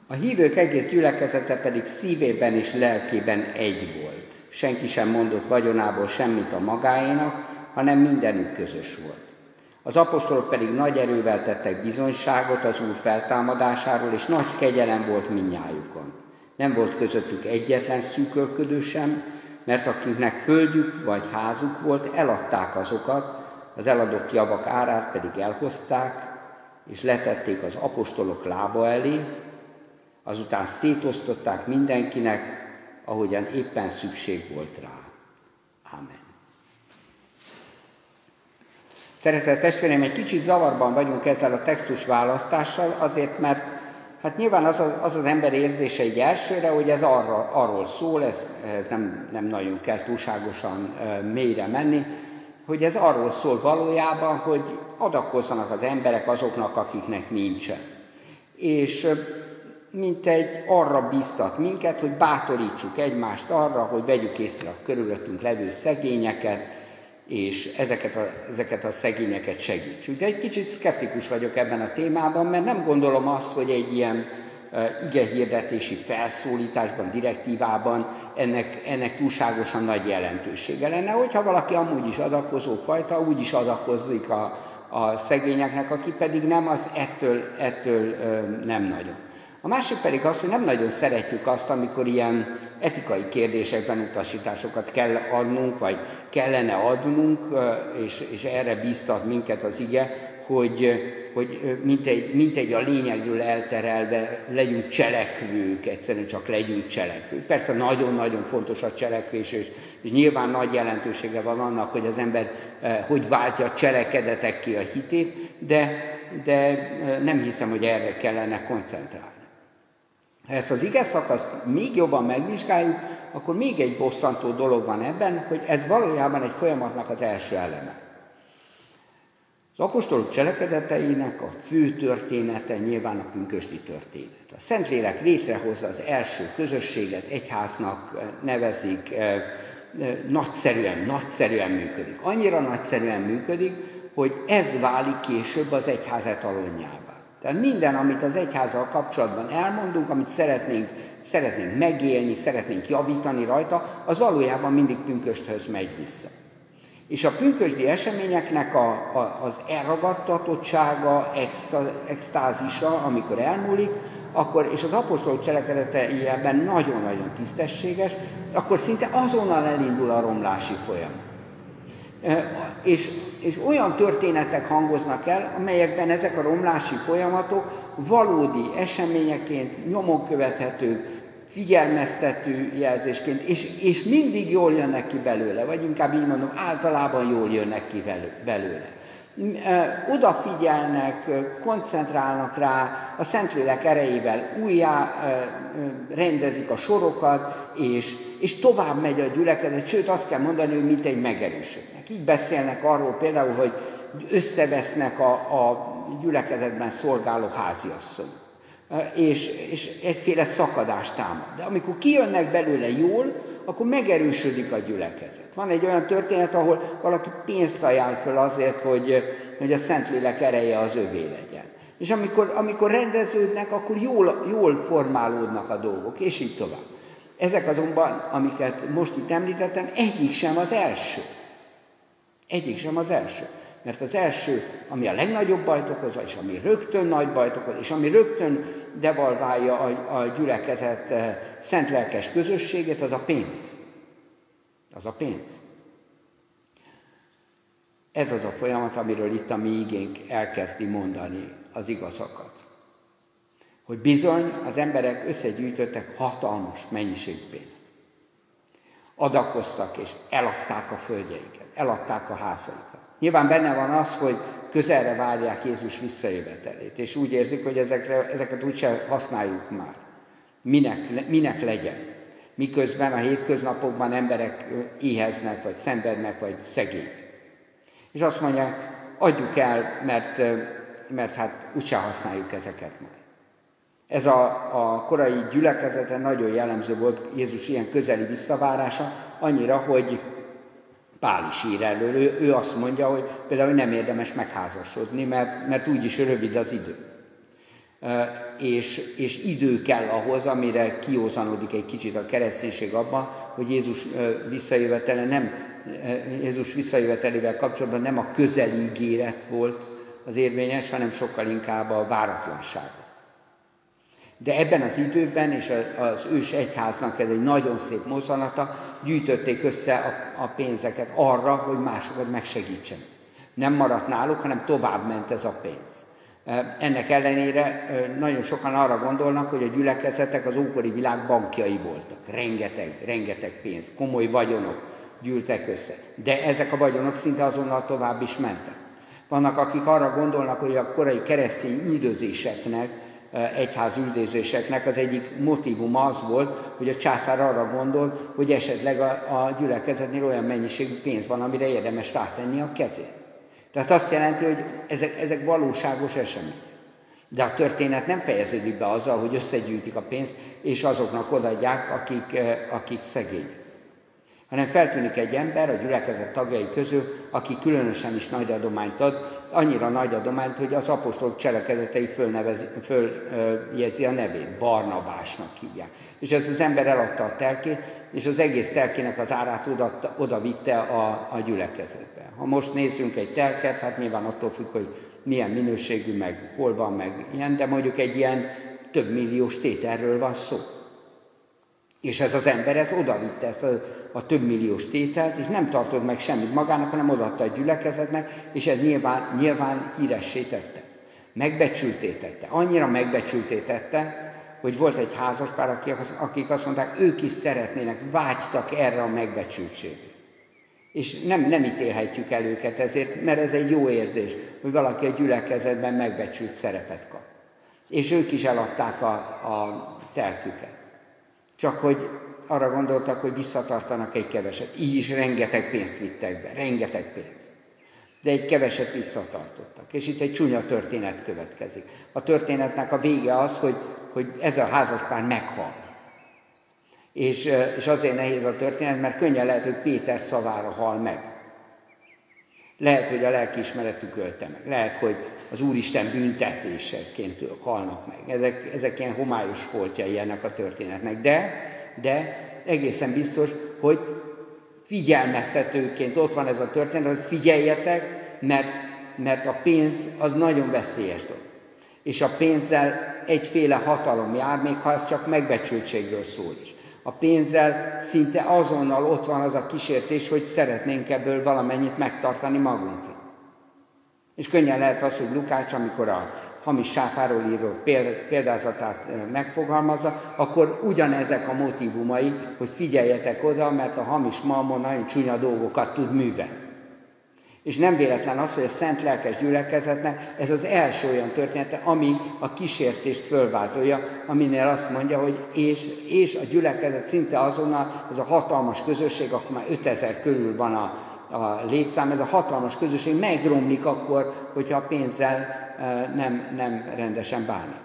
A hívők egész gyülekezete pedig szívében és lelkében egy volt. Senki sem mondott vagyonából semmit a magáénak, hanem mindenük közös volt. Az apostolok pedig nagy erővel tettek bizonyságot az Úr feltámadásáról, és nagy kegyelem volt mindnyájukon. Nem volt közöttük egyetlen szűkölködő sem, mert akiknek földjük vagy házuk volt, eladták azokat, az eladott javak árát pedig elhozták, és letették az apostolok lába elé, azután szétosztották mindenkinek, ahogyan éppen szükség volt rá. Ámen. Szeretett testvéreim, egy kicsit zavarban vagyunk ezzel a textus választással, azért, mert hát nyilván az ember érzése így elsőre, hogy ez arról szól, ez nem nagyon kell túlságosan mélyre menni, hogy ez arról szól valójában, hogy adakozzanak az emberek azoknak, akiknek nincsen. És mintegy arra bíztat minket, hogy bátorítsuk egymást arra, hogy vegyük észre a körülöttünk levő szegényeket, és ezeket a szegényeket segítsük. De egy kicsit szkeptikus vagyok ebben a témában, mert nem gondolom azt, hogy egy ilyen igehirdetési felszólításban, direktívában ennek túlságosan nagy jelentősége lenne. Hogyha valaki amúgy is adakozó fajta, úgy is adakozik a szegényeknek, aki pedig nem, az ettől nem nagyon. A másik pedig az, hogy nem nagyon szeretjük azt, amikor ilyen etikai kérdésekben utasításokat kell adnunk, vagy kellene adnunk, és erre bíztat minket az ige, hogy mintegy a lényegről elterelve legyünk cselekvők, egyszerűen csak legyünk cselekvők. Persze nagyon-nagyon fontos a cselekvés, és nyilván nagy jelentősége van annak, hogy az ember hogy váltja a cselekedetekké a hitét, de nem hiszem, hogy erre kellene koncentrálni. Ha ezt az ige szakaszt még jobban megvizsgáljuk, akkor még egy bosszantó dolog van ebben, hogy ez valójában egy folyamatnak az első eleme. Az apostolok cselekedeteinek a fő története nyilván a pünkösdi történet. A Szentlélek létrehozza az első közösséget, egyháznak nevezik, nagyszerűen működik. Annyira nagyszerűen működik, hogy ez válik később az egyház etalonjává. Tehát minden, amit az egyházzal kapcsolatban elmondunk, amit szeretnénk megélni, szeretnénk javítani rajta, az valójában mindig pünkösthöz megy vissza. És a pünkösdi eseményeknek az elragadtatottsága, extázisa, amikor elmúlik, és az apostolok cselekedetei ebben nagyon-nagyon tisztességes, akkor szinte azonnal elindul a romlási folyamat. És olyan történetek hangoznak el, amelyekben ezek a romlási folyamatok valódi eseményeként nyomon követhetők, figyelmeztető jelzésként, és mindig jól jönnek ki belőle, vagy inkább így mondom, általában jól jönnek ki belőle. Odafigyelnek, koncentrálnak rá, a Szentlélek erejével újjá rendezik a sorokat, és tovább megy a gyülekezet, sőt azt kell mondani, hogy mintegy megerősödnek. Így beszélnek arról például, hogy összevesznek a gyülekezetben szolgáló háziasszonyok, és egyféle szakadást támad. De amikor kijönnek belőle jól, akkor megerősödik a gyülekezet. Van egy olyan történet, ahol valaki pénzt ajánl föl azért, hogy a Szentlélek ereje az övé legyen. És amikor rendeződnek, akkor jól formálódnak a dolgok, és így tovább. Ezek azonban, amiket most itt említettem, egyik sem az első. Egyik sem az első. Mert az első, ami a legnagyobb bajt okozza, és ami rögtön nagy bajt okoz, és ami rögtön devalválja a gyülekezet szentlelkes közösségét, az a pénz. Az a pénz. Ez az a folyamat, amiről itt a mi igénk elkezdi mondani az igazakat. Hogy bizony az emberek összegyűjtöttek hatalmas mennyiségű pénzt. Adakoztak és eladták a földjeiket, eladták a házaikat. Nyilván benne van az, hogy közelre várják Jézus visszajövetelét, és úgy érzik, hogy ezeket úgyse használjuk már. Minek legyen? Miközben a hétköznapokban emberek éheznek, vagy szenvednek, vagy szegények. És azt mondják, adjuk el, mert hát úgyse használjuk ezeket majd. Ez a korai gyülekezeten nagyon jellemző volt Jézus ilyen közeli visszavárása, annyira, hogy Pál is ír erről. Ő azt mondja, hogy például nem érdemes megházasodni, mert úgyis rövid az idő. és idő kell ahhoz, amire kiózanodik egy kicsit a kereszténység abban, hogy Jézus visszajövetelével kapcsolatban nem a közeli ígéret volt az érvényes, hanem sokkal inkább a váratlanság. De ebben az időben, és az ős egyháznak ez egy nagyon szép mozzanata, gyűjtötték össze a pénzeket arra, hogy másokat megsegítsen. Nem maradt náluk, hanem tovább ment ez a pénz. Ennek ellenére nagyon sokan arra gondolnak, hogy a gyülekezetek az ókori világ bankjai voltak. Rengeteg pénz, komoly vagyonok gyűltek össze. De ezek a vagyonok szinte azonnal tovább is mentek. Vannak, akik arra gondolnak, hogy a korai keresztény üldözéseknek, egyház üldözéseknek az egyik motívuma az volt, hogy a császár arra gondol, hogy esetleg a gyülekezetnél olyan mennyiségű pénz van, amire érdemes rátenni a kezét. Tehát azt jelenti, hogy ezek valóságos események. De a történet nem fejeződik be azzal, hogy összegyűjtik a pénzt, és azoknak odaadják, akik szegények. Hanem feltűnik egy ember a gyülekezet tagjai közül, aki különösen is nagy adományt ad, annyira nagy adományt, hogy az apostolok cselekedetei följegyzi a nevét, Barnabásnak hívják. És ez az ember eladta a telkét, és az egész telkének az árát oda vitte a gyülekezetbe. Ha most nézzünk egy telket, hát nyilván attól függ, hogy milyen minőségű, meg hol van, meg ilyen, de mondjuk egy ilyen több milliós tételről van szó. És ez az ember odavitte ezt a több milliós tételt, és nem tartott meg semmit magának, hanem odaadta a gyülekezetnek, és ez nyilván híressé tette. Megbecsülté tette. Annyira megbecsülté tette, hogy volt egy házaspár, akik azt mondták, ők is szeretnének, vágytak erre a megbecsültségre. És nem ítélhetjük el őket ezért, mert ez egy jó érzés, hogy valaki a gyülekezetben megbecsült szerepet kap. És ők is eladták a telküket. Csak hogy arra gondoltak, hogy visszatartanak egy keveset. Így is rengeteg pénzt vittek be, rengeteg pénzt. De egy keveset visszatartottak. És itt egy csúnya történet következik. A történetnek a vége az, hogy ez a házaspár meghal. És azért nehéz a történet, mert könnyen lehet, hogy Péter szavára hal meg. Lehet, hogy a lelkiismeretük ölte meg. Lehet, hogy az Úristen büntetéseként halnak meg. Ezek ilyen homályos foltjai ennek a történetnek. De egészen biztos, hogy figyelmeztetőként ott van ez a történet, hogy figyeljetek, mert a pénz az nagyon veszélyes dolog. És a pénzzel egyféle hatalom jár, még ha ez csak megbecsültségről szól is. A pénzzel szinte azonnal ott van az a kísértés, hogy szeretnénk ebből valamennyit megtartani magunkra. És könnyen lehet az, hogy Lukács, amikor a hamis sáfáról írott példázatát megfogalmazza, akkor ugyanezek a motívumai, hogy figyeljetek oda, mert a hamis mammon nagyon csúnya dolgokat tud művelni. És nem véletlen az, hogy a szent lelkes gyülekezetnek ez az első olyan története, ami a kísértést fölvázolja, aminél azt mondja, hogy és a gyülekezet szinte azonnal, ez a hatalmas közösség, akkor már 5000 körül van a létszám, ez a hatalmas közösség megromlik akkor, hogyha a pénzzel nem rendesen bánik.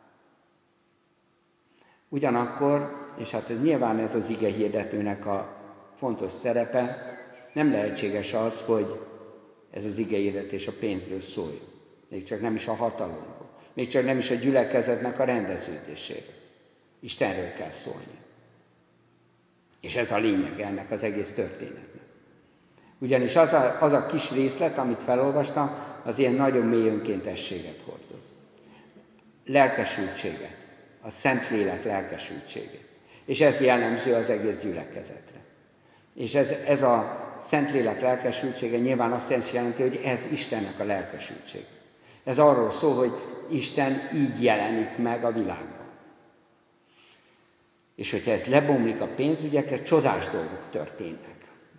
Ugyanakkor, és hát nyilván ez az ige hirdetőnek a fontos szerepe, nem lehetséges az, hogy ez az ige hirdetés a pénzről szóljon. Még csak nem is a hatalomról. Még csak nem is a gyülekezetnek a rendeződéséről. Istenről kell szólni. És ez a lényeg ennek az egész történetnek. Ugyanis az a kis részlet, amit felolvastam, az ilyen nagyon mély önkéntességet hordoz. Lelkesültséget. A Szentlélek lelkesültséget. És ez jellemző az egész gyülekezetre. És ez a Szentlélek lelkesültsége nyilván azt jelenti, hogy ez Istennek a lelkesültsége. Ez arról szól, hogy Isten így jelenik meg a világban. És hogyha ez lebomlik a pénzügyekre, csodás dolgok történnek.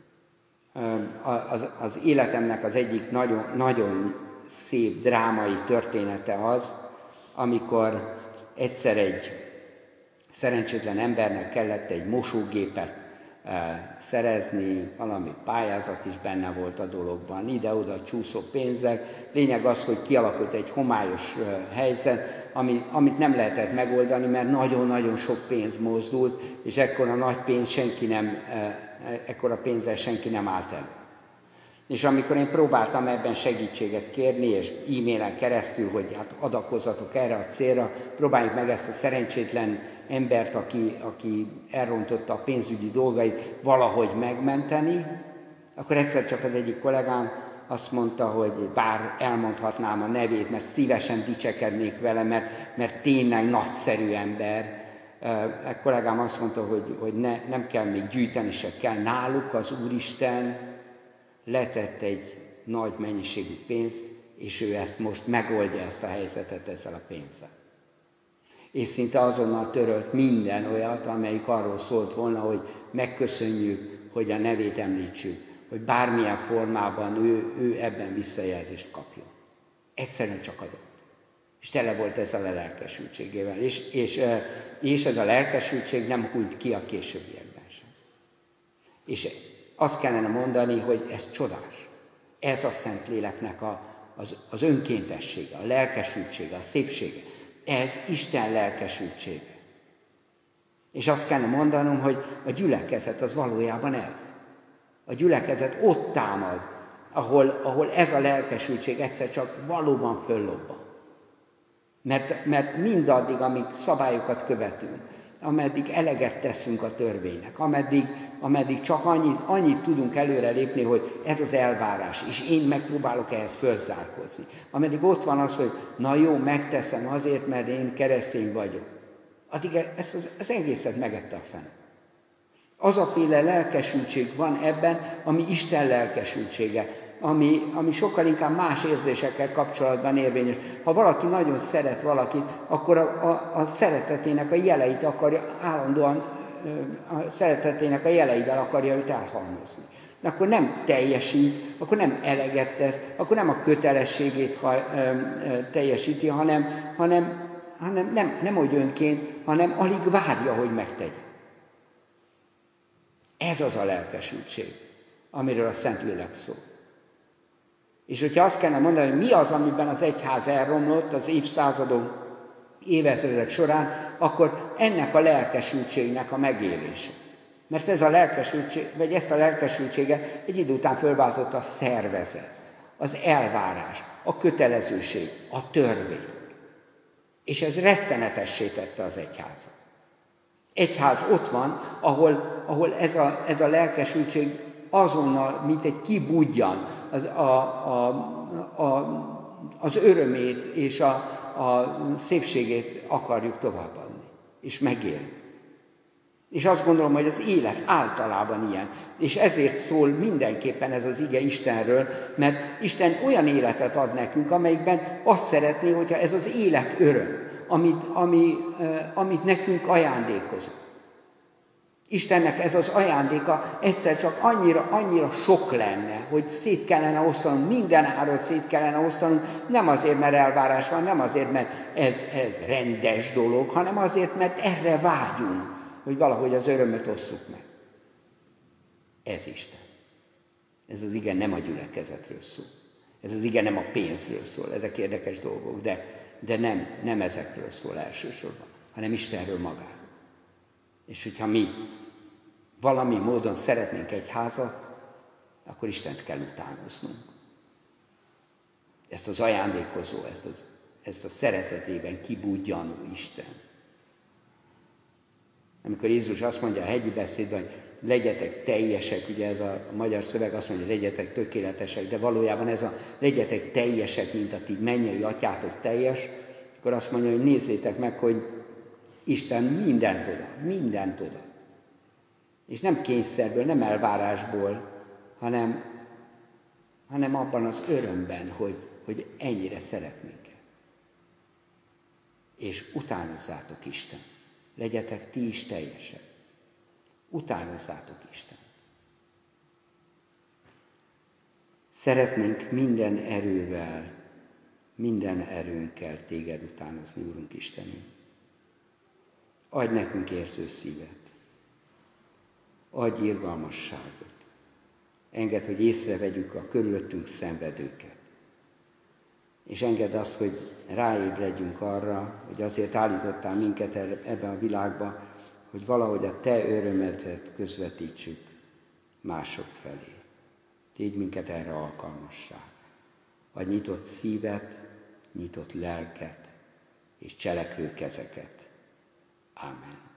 Az életemnek az egyik nagyon, nagyon szép drámai története az, amikor egyszer egy szerencsétlen embernek kellett egy mosógépet szerezni, valami pályázat is benne volt a dologban, ide-oda csúszó pénzek. Lényeg az, hogy kialakult egy homályos helyzet, amit nem lehetett megoldani, mert nagyon-nagyon sok pénz mozdult, és ekkora pénzzel senki nem állt elő. És amikor én próbáltam ebben segítséget kérni, és e-mailen keresztül, hogy hát adakozzatok erre a célra, próbáljuk meg ezt a szerencsétlen embert, aki elrontotta a pénzügyi dolgait, valahogy megmenteni, akkor egyszer csak az egyik kollégám azt mondta, hogy bár elmondhatnám a nevét, mert szívesen dicsekednék vele, mert tényleg nagyszerű ember. A kollégám azt mondta, hogy nem kell még gyűjteni, se kell. Náluk az Úristen letett egy nagy mennyiségű pénzt, és ő ezt most megoldja ezt a helyzetet ezzel a pénzzel. És szinte azonnal törölt minden olyat, amelyik arról szólt volna, hogy megköszönjük, hogy a nevét említsük, hogy bármilyen formában ő ebben visszajelzést kapjon. Egyszerűen csak adott. És tele volt ezzel a lelkesültségével. És ez a lelkesültség nem hújt ki a későbbiekben sem. És azt kellene mondani, hogy ez csodás. Ez a Szentléleknek az önkéntessége, a lelkesültsége, a szépsége. Ez Isten lelkesültsége. És azt kellene mondanom, hogy a gyülekezet az valójában ez. A gyülekezet ott támad, ahol ez a lelkesültség egyszer csak valóban föllobban. Mert mindaddig, amíg szabályokat követünk, ameddig eleget teszünk a törvénynek, ameddig csak annyit tudunk előrelépni, hogy ez az elvárás, és én megpróbálok ehhez fölzárkózni. Ameddig ott van az, hogy na jó, megteszem azért, mert én keresztény vagyok. Addig ezt az egészet megette a fene. Az a féle lelkesültség van ebben, ami Isten lelkesültsége, ami sokkal inkább más érzésekkel kapcsolatban érvényes. Ha valaki nagyon szeret valakit, akkor a szeretetének a jeleit akarja állandóan, a szeretetének a jeleivel akarja őt elhalmozni. Akkor nem teljesít, akkor nem eleget tesz, akkor nem a kötelességét teljesíti, hanem nem hogy önként, hanem alig várja, hogy megtegye. Ez az a lelkesültség, amiről a Szentlélek szól. És hogyha azt kellene mondani, hogy mi az, amiben az egyház elromlott az évszázadok, évezredek során, akkor ennek a lelkesültségnek a megélése. Mert ez a lelkesültség, vagy ezt a lelkesültséget egy idő után fölváltotta a szervezet, az elvárás, a kötelezőség, a törvény. És ez rettenetessé tette az egyházat. Egyház ott van, ahol ez a lelkesültség azonnal, mint egy kibudjan, az örömét és a szépségét akarjuk továbbadni, és megélni. És azt gondolom, hogy az élet általában ilyen. És ezért szól mindenképpen ez az ige Istenről, mert Isten olyan életet ad nekünk, amelyikben azt szeretné, hogyha ez az élet öröm, amit nekünk ajándékozott. Istennek ez az ajándéka egyszer csak annyira sok lenne, hogy szét kellene osztanunk, minden áron szét kellene osztanunk, nem azért, mert elvárás van, nem azért, mert ez rendes dolog, hanem azért, mert erre vágyunk, hogy valahogy az örömöt osszuk meg. Ez Isten. Ez az ige nem a gyülekezetről szól. Ez az ige nem a pénzről szól. Ezek érdekes dolgok, de nem ezekről szól elsősorban, hanem Istenről magáról. És hogyha mi valami módon szeretnénk egy házat, akkor Istent kell utánoznunk. Ezt az ajándékozó, ezt a szeretetében kibudjanó Isten. Amikor Jézus azt mondja a hegyi beszédben, hogy legyetek teljesek, ugye ez a magyar szöveg azt mondja, hogy legyetek tökéletesek, de valójában ez a legyetek teljesek, mint a ti mennyei atyátok teljes, akkor azt mondja, hogy nézzétek meg, hogy Isten mindent oda. És nem kényszerből, nem elvárásból, hanem abban az örömben, hogy ennyire szeret minket. És utánozzátok Isten. Legyetek ti is teljesek. Utánozzátok Isten. Szeretnénk minden erővel, minden erőnkkel téged utánozni, Úrunk Istenünk. Adj nekünk érző szívet. Adj irgalmasságot. Engedd, hogy észrevegyük a körülöttünk szenvedőket. És engedd azt, hogy ráébredjünk arra, hogy azért állítottál minket ebben a világba, hogy valahogy a te örömedet közvetítsük mások felé. Tégy minket erre alkalmassá. Adj nyitott szívet, nyitott lelket és cselekvő kezeket. Ámen.